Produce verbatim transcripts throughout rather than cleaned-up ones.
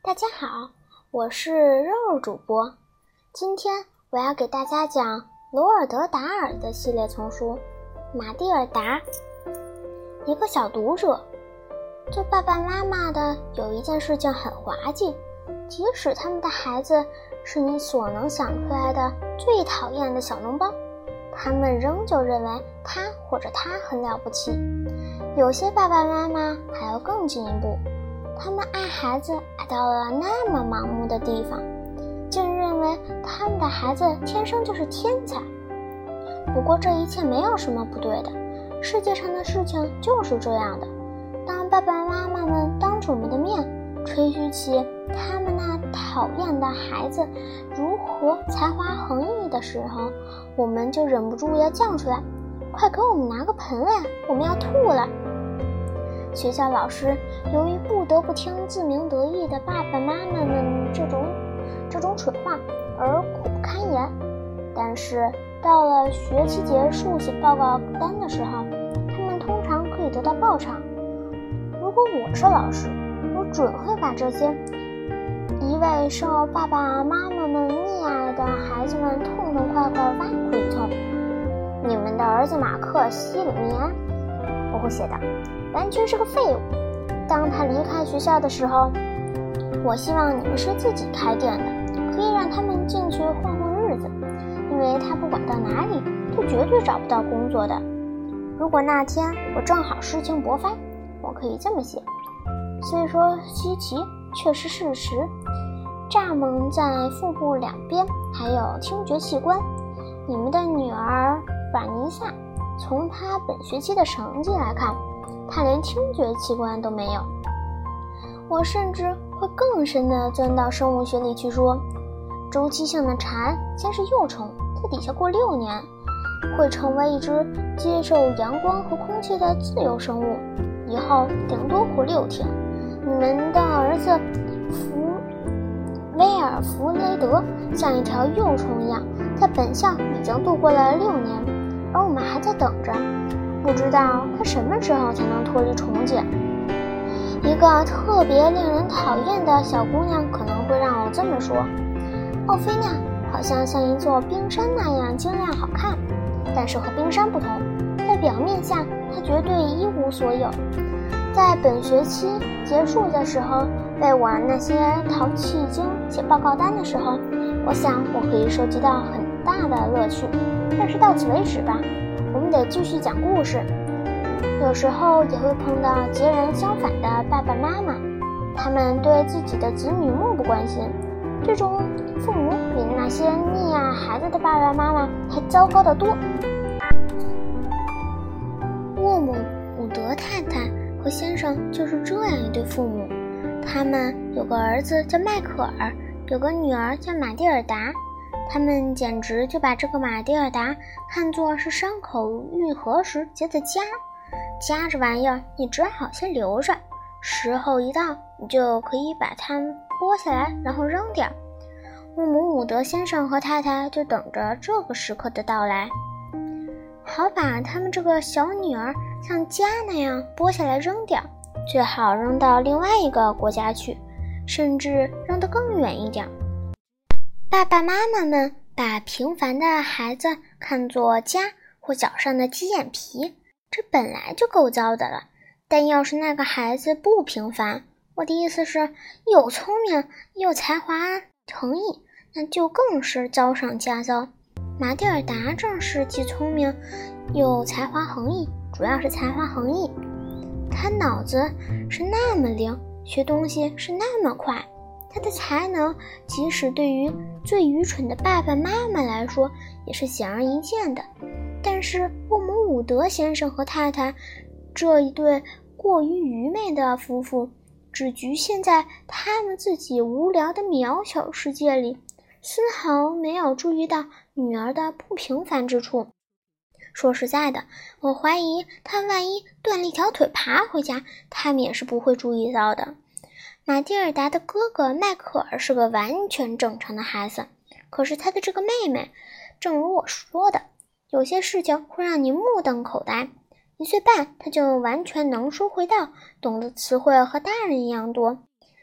大家好，我是肉肉主播。今天我要给大家讲罗尔德·达尔的系列丛书《马蒂尔达》。一个小读者，做爸爸妈妈的有一件事情很滑稽，即使他们的孩子是你所能想出来的最讨厌的小脓包，他们仍旧认为他或者他很了不起。有些爸爸妈妈还要更进一步，他们爱孩子爱到了那么盲目的地方，竟认为他们的孩子天生就是天才。不过这一切没有什么不对的，世界上的事情就是这样的。当爸爸妈妈们当着我们的面吹嘘起他们那讨厌的孩子如何才华横溢的时候，我们就忍不住要叫出来，快给我们拿个盆来，我们要吐了。学校老师由于不得不听自鸣得意的爸爸妈妈们这种这种蠢话而苦不堪言，但是到了学期结束写报告单的时候，他们通常可以得到报偿。如果我是老师，我准会把这些一味受爸爸妈妈们溺爱的孩子们痛痛快快挖苦一通。你们的儿子马克吸了棉，我会写道，完全是个废物。当他离开学校的时候，我希望你们是自己开店的，可以让他们进去混混日子，因为他不管到哪里都绝对找不到工作的。如果那天我正好诗情勃发，我可以这么写，虽说稀奇，却是事实。蚱蜢在腹部两边还有听觉器官。你们的女儿法尼萨，从她本学期的成绩来看，她连听觉器官都没有。我甚至会更深地钻到生物学里去说，周期性的蝉先是幼虫，在底下过六年，会成为一只接受阳光和空气的自由生物，以后顶多活六天。你们的儿子弗威尔弗雷德像一条幼虫一样，在本校已经度过了六年，而我们还在等着，不知道他什么时候才能脱离虫茧。一个特别令人讨厌的小姑娘可能会让我这么说，奥菲娜好像像一座冰山那样晶亮好看，但是和冰山不同，在表面下她绝对一无所有。在本学期结束的时候，为我那些淘气精写报告单的时候，我想我可以收集到很大的乐趣。但是到此为止吧，我们得继续讲故事。有时候也会碰到截然相反的爸爸妈妈，他们对自己的子女漠不关心。这种父母比那些溺爱孩子的爸爸妈妈还糟糕得多。沃姆伍德太太和先生就是这样一对父母，他们有个儿子叫迈克尔，有个女儿叫马蒂尔达。他们简直就把这个马蒂尔达看作是伤口愈合时结的痂，痂这玩意儿你只好先留着，时候一到你就可以把它剥下来然后扔掉。沃姆伍德先生和太太就等着这个时刻的到来，好把他们这个小女儿像痂那样剥下来扔掉，最好扔到另外一个国家去，甚至扔得更远一点。爸爸妈妈们把平凡的孩子看作痂或脚上的鸡眼皮，这本来就够糟的了，但要是那个孩子不平凡，我的意思是又聪明又才华横溢，那就更是糟上加糟。马蒂尔达正是既聪明又才华横溢，主要是才华横溢。他脑子是那么灵，学东西是那么快，他的才能即使对于最愚蠢的爸爸妈妈来说也是显而易见的。但是沃姆伍德先生和太太这一对过于愚昧的夫妇，只局限在他们自己无聊的渺小世界里，丝毫没有注意到女儿的不平凡之处。说实在的，我怀疑他万一断了一条腿爬回家，他们也是不会注意到的。马蒂尔达的哥哥迈克尔是个完全正常的孩子，可是他的这个妹妹，正如我说的，有些事情会让你目瞪口呆。一岁半他就完全能说会道，懂得词汇和大人一样多。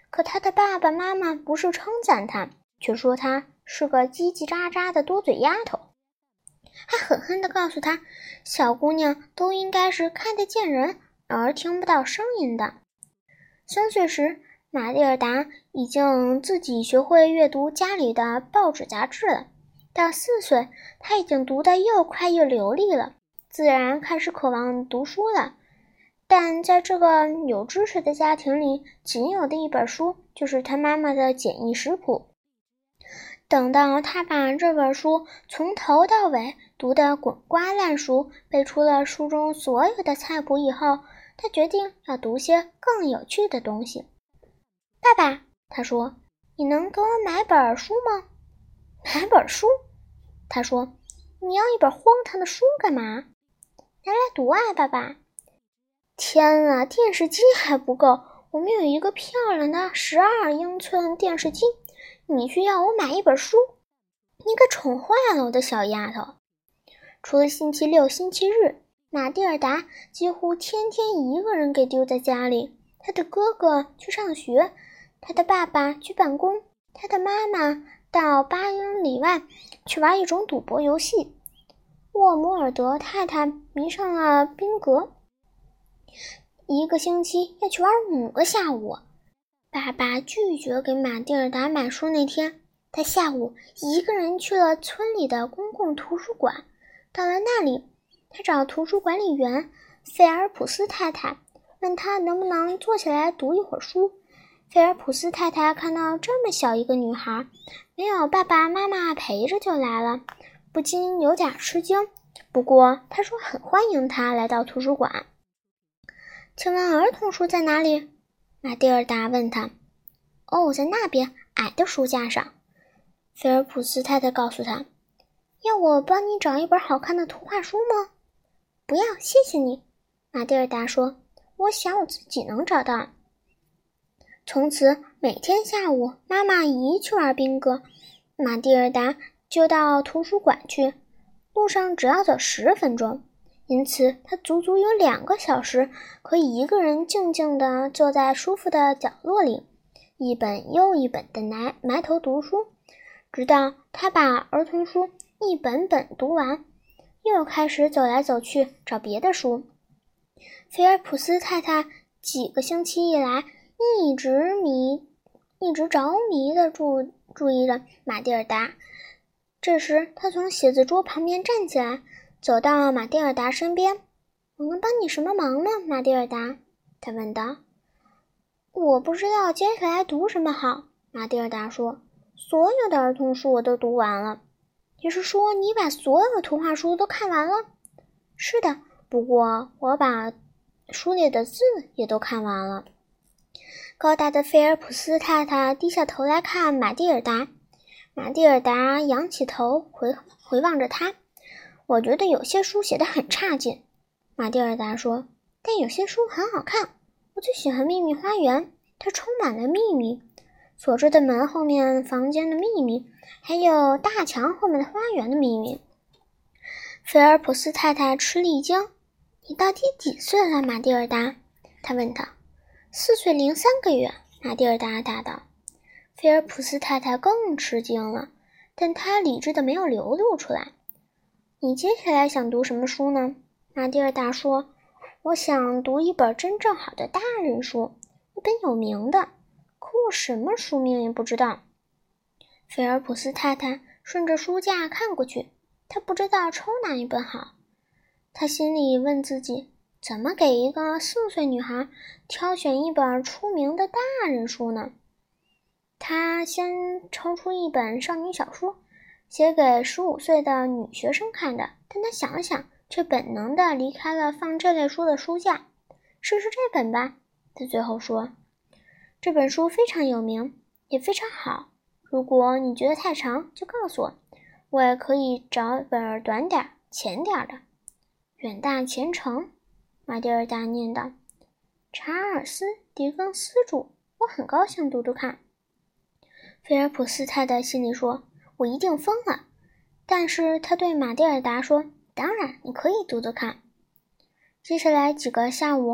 可他的爸爸妈妈不是称赞他，却说他是个叽叽喳喳的多嘴丫头，还狠狠地告诉他，小姑娘都应该是看得见人而听不到声音的。三岁时，玛蒂尔达已经自己学会阅读家里的报纸杂志了。到四岁，他已经读得又快又流利了，自然开始渴望读书了。但在这个有知识的家庭里，仅有的一本书就是他妈妈的简易食谱。等到他把这本书从头到尾读得滚瓜烂熟，背出了书中所有的菜谱以后，他决定要读些更有趣的东西。爸爸，他说，你能给我买本书吗？买本书？他说，你要一本荒唐的书干嘛？拿来读啊，爸爸。天啊，电视机还不够，我们有一个漂亮的十二英寸电视机，你却要我买一本书？你可宠坏了我的小丫头。除了星期六、星期日，玛蒂尔达几乎天天一个人给丢在家里。他的哥哥去上学，他的爸爸去办公，他的妈妈到八英里外去玩一种赌博游戏。沃姆尔德太太迷上了宾格，一个星期要去玩五个下午。爸爸拒绝给玛蒂尔达买书那天，他下午一个人去了村里的公共图书馆。到了那里，他找图书管理员费尔普斯太太，问他能不能坐下来读一会儿书。费尔普斯太太看到这么小一个女孩，没有爸爸妈妈陪着就来了，不禁有点吃惊。不过她说很欢迎她来到图书馆。请问儿童书在哪里？玛蒂尔达问他。哦，在那边矮的书架上。菲尔普斯太太告诉他。要我帮你找一本好看的图画书吗？不要，谢谢你。玛蒂尔达说，我想我自己能找到。从此每天下午，妈妈一去玩宾格，玛蒂尔达就到图书馆去，路上只要走十分钟，因此她足足有两个小时可以一个人静静地坐在舒服的角落里，一本又一本地埋埋头读书，直到她把儿童书一本本读完，又开始走来走去找别的书。菲尔普斯太太几个星期以来一直迷一直着迷地注注意着玛蒂尔达。这时他从写字桌旁边站起来，走到玛蒂尔达身边。我能帮你什么忙呢，玛蒂尔达？他问道。我不知道接下来读什么好，玛蒂尔达说。所有的儿童书我都读完了。你是说你把所有图画书都看完了？是的，不过我把书里的字也都看完了。高大的菲尔普斯太太低下头来看玛蒂尔达，玛蒂尔达仰起头回回望着他。我觉得有些书写得很差劲，玛蒂尔达说，但有些书很好看。我最喜欢秘密花园，它充满了秘密，锁着的门后面房间的秘密，还有大墙后面的花园的秘密。菲尔普斯太太吃了一惊。你到底几岁了，玛蒂尔达？他问他。四岁零三个月，玛蒂尔达答道。菲尔普斯太太更吃惊了，但她理智的没有流露出来。你接下来想读什么书呢？玛蒂尔达说，我想读一本真正好的大人书，一本有名的，可我什么书名也不知道。菲尔普斯太太顺着书架看过去，她不知道抽哪一本好。她心里问自己，怎么给一个四岁女孩挑选一本出名的大人书呢？她先抽出一本少女小说，写给十五岁的女学生看的，但她想了想，却本能地离开了放这类书的书架。试试这本吧，她最后说。这本书非常有名，也非常好。如果你觉得太长，就告诉我，我也可以找本短点、浅点的。远大前程，玛蒂尔达念道。查尔斯·狄更斯著，我很高兴读读看。菲尔普斯太太心里说，我一定疯了。但是他对玛蒂尔达说，当然，你可以读读看。接下来几个下午，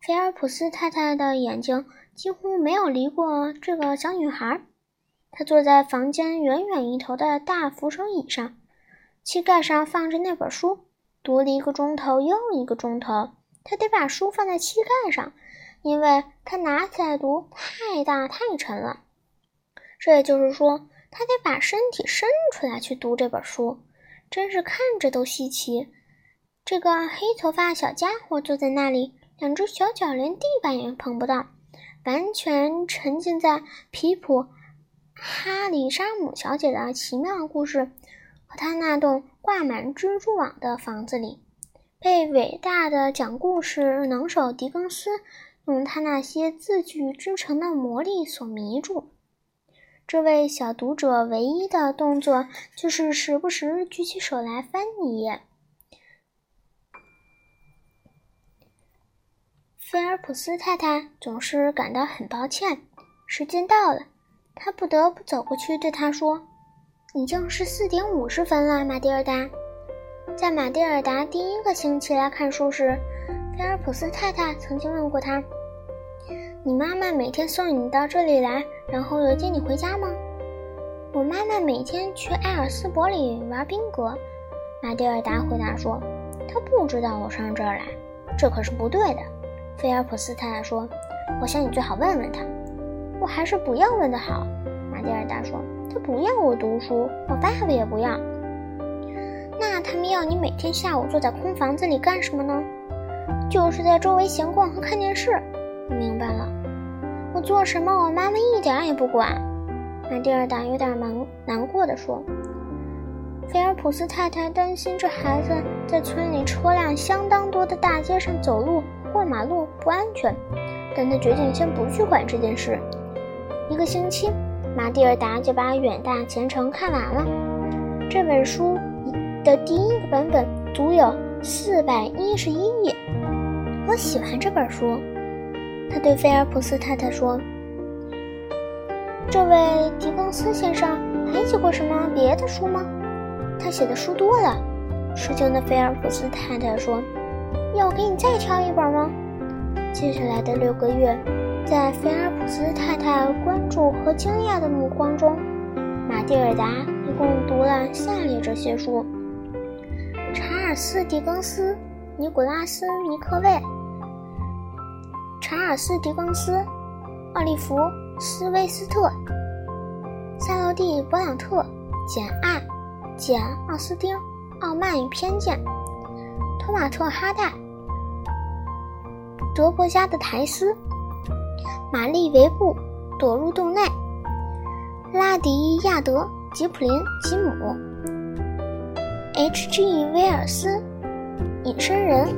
菲尔普斯太太的眼睛几乎没有离过这个小女孩。她坐在房间远远一头的大扶手椅上，膝盖上放着那本书，读了一个钟头又一个钟头。她得把书放在膝盖上，因为她拿起来读太大太沉了。这也就是说，她得把身体伸出来去读这本书，真是看着都稀奇。这个黑头发小家伙坐在那里，两只小脚连地板也碰不到，完全沉浸在皮普哈里沙姆小姐的奇妙故事和她那栋挂满蜘蛛网的房子里，被伟大的讲故事能手狄更斯用他那些字句织成的魔力所迷住。这位小读者唯一的动作就是时不时举起手来翻一页。菲尔普斯太太总是感到很抱歉，时间到了，她不得不走过去对他说：“已经是四点五十分了，马蒂尔达。”在马蒂尔达第一个星期来看书时，菲尔普斯太太曾经问过他：“你妈妈每天送你到这里来，然后又接你回家吗？”“我妈妈每天去埃尔斯伯里玩宾格。”马蒂尔达回答说。“她不知道我上这儿来，这可是不对的。”菲尔普斯太太说：“我想你最好问问他。”“我还是不要问的好。”马蒂尔达说。“他不要我读书，我爸爸也不要。”“那他们要你每天下午坐在空房子里干什么呢？”“就是在周围闲逛和看电视。”“我明白了。”“我做什么我妈妈一点也不管。”马蒂尔达有点难难过地说。菲尔普斯太太担心这孩子在村里车辆相当多的大街上走路过马路不安全，但他决定先不去管这件事。一个星期，马蒂尔达就把《远大前程》看完了。这本书的第一个版本足有四百一十一页。“我喜欢这本书。”他对菲尔普斯太太说。“这位狄更斯先生还写过什么别的书吗？”“他写的书多了。”吃惊的菲尔普斯太太说。“要我给你再挑一本吗？”接下来的六个月，在菲尔普斯太太关注和惊讶的目光中，马蒂尔达一共读了下列这些书：查尔斯·狄更斯、尼古拉斯·尼克卫、查尔斯·狄更斯、奥利弗·斯威斯特、夏洛蒂·勃朗特、简·爱、简·奥斯丁、傲慢与偏见、托马特·哈代、德伯加的台斯、玛丽·维布、躲入洞内、拉迪亚德·吉普林·吉姆、H G 威尔斯、隐身人、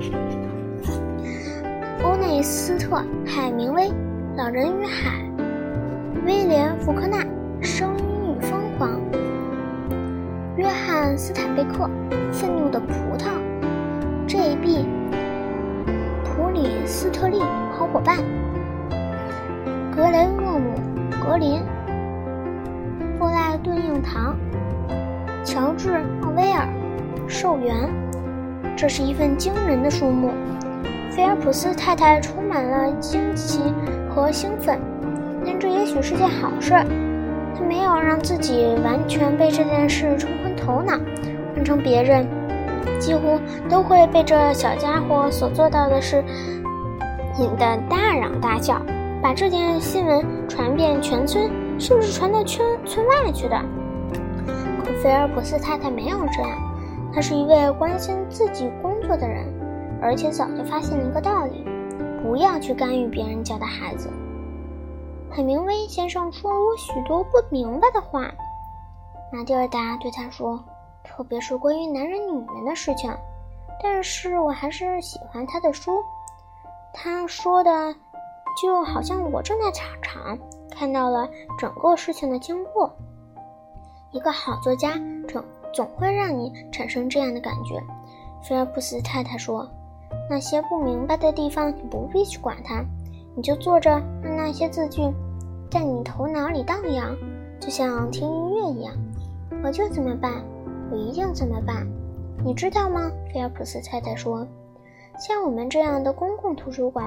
欧内斯特·海明威、老人与海、威廉·福克纳、声音与疯狂、约翰·斯坦贝克、愤怒的葡萄、J B 普里斯特利好伙伴、格雷厄姆·格林、布赖顿硬糖、乔治·奥威尔、寿元。这是一份惊人的数目。菲尔普斯太太充满了惊奇和兴奋，但这也许是件好事。她没有让自己完全被这件事冲昏头脑，换成别人几乎都会被这小家伙所做到的事引得大嚷大叫，把这件新闻传遍全村，甚至传到村村外去的。可菲尔普斯太太没有这样，她是一位关心自己工作的人，而且早就发现了一个道理：不要去干预别人家的孩子。海明威先生说了我许多不明白的话，马蒂尔达对他说，特别是关于男人女人的事情，但是我还是喜欢他的书。他说的就好像我正在场场看到了整个事情的经过。一个好作家总总会让你产生这样的感觉。菲尔普斯太太说，那些不明白的地方你不必去管它，你就坐着让那些字句在你头脑里荡漾，就像听音乐一样。我就这么办，我一定这么办，你知道吗？菲尔普斯太太说，像我们这样的公共图书馆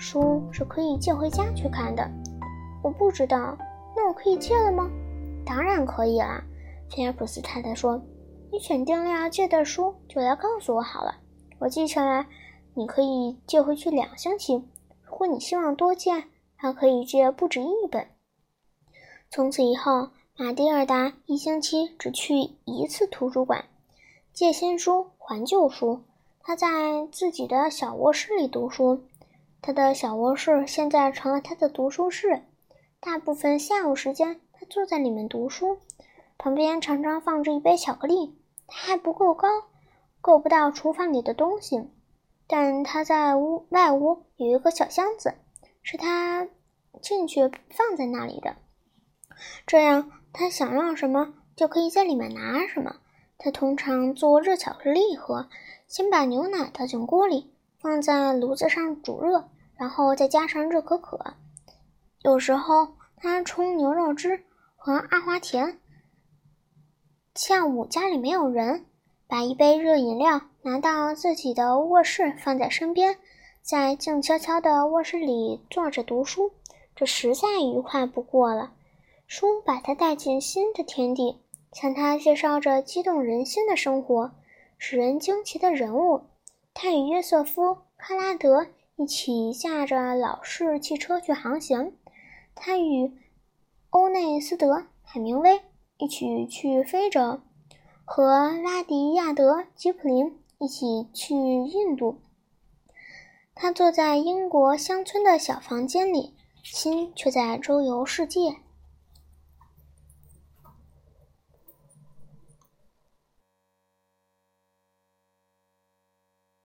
书是可以借回家去看的。我不知道，那我可以借了吗？当然可以啦，菲尔普斯太太说。你选定了要借的书，就来告诉我好了，我记下来。你可以借回去两星期，如果你希望多借，还可以借不止一本。从此以后，玛蒂尔达一星期只去一次图书馆，借新书还旧书。她在自己的小卧室里读书，她的小卧室现在成了她的读书室。大部分下午时间，她坐在里面读书，旁边常常放着一杯巧克力。她还不够高，够不到厨房里的东西，但她在屋外屋有一个小箱子，是她进去放在那里的。这样，她想要什么就可以在里面拿什么。她通常做热巧克力喝，先把牛奶倒进锅里，放在炉子上煮热，然后再加上热可可。有时候，她冲牛肉汁和阿华田。下午家里没有人，把一杯热饮料拿到自己的卧室放在身边，在静悄悄的卧室里坐着读书，这实在愉快不过了。书把他带进新的天地，向他介绍着激动人心的生活，使人惊奇的人物。他与约瑟夫·克拉德一起驾着老式汽车去航行，他与欧内斯德·海明威一起去非洲，和拉迪亚德·吉普林一起去印度。他坐在英国乡村的小房间里，心却在周游世界。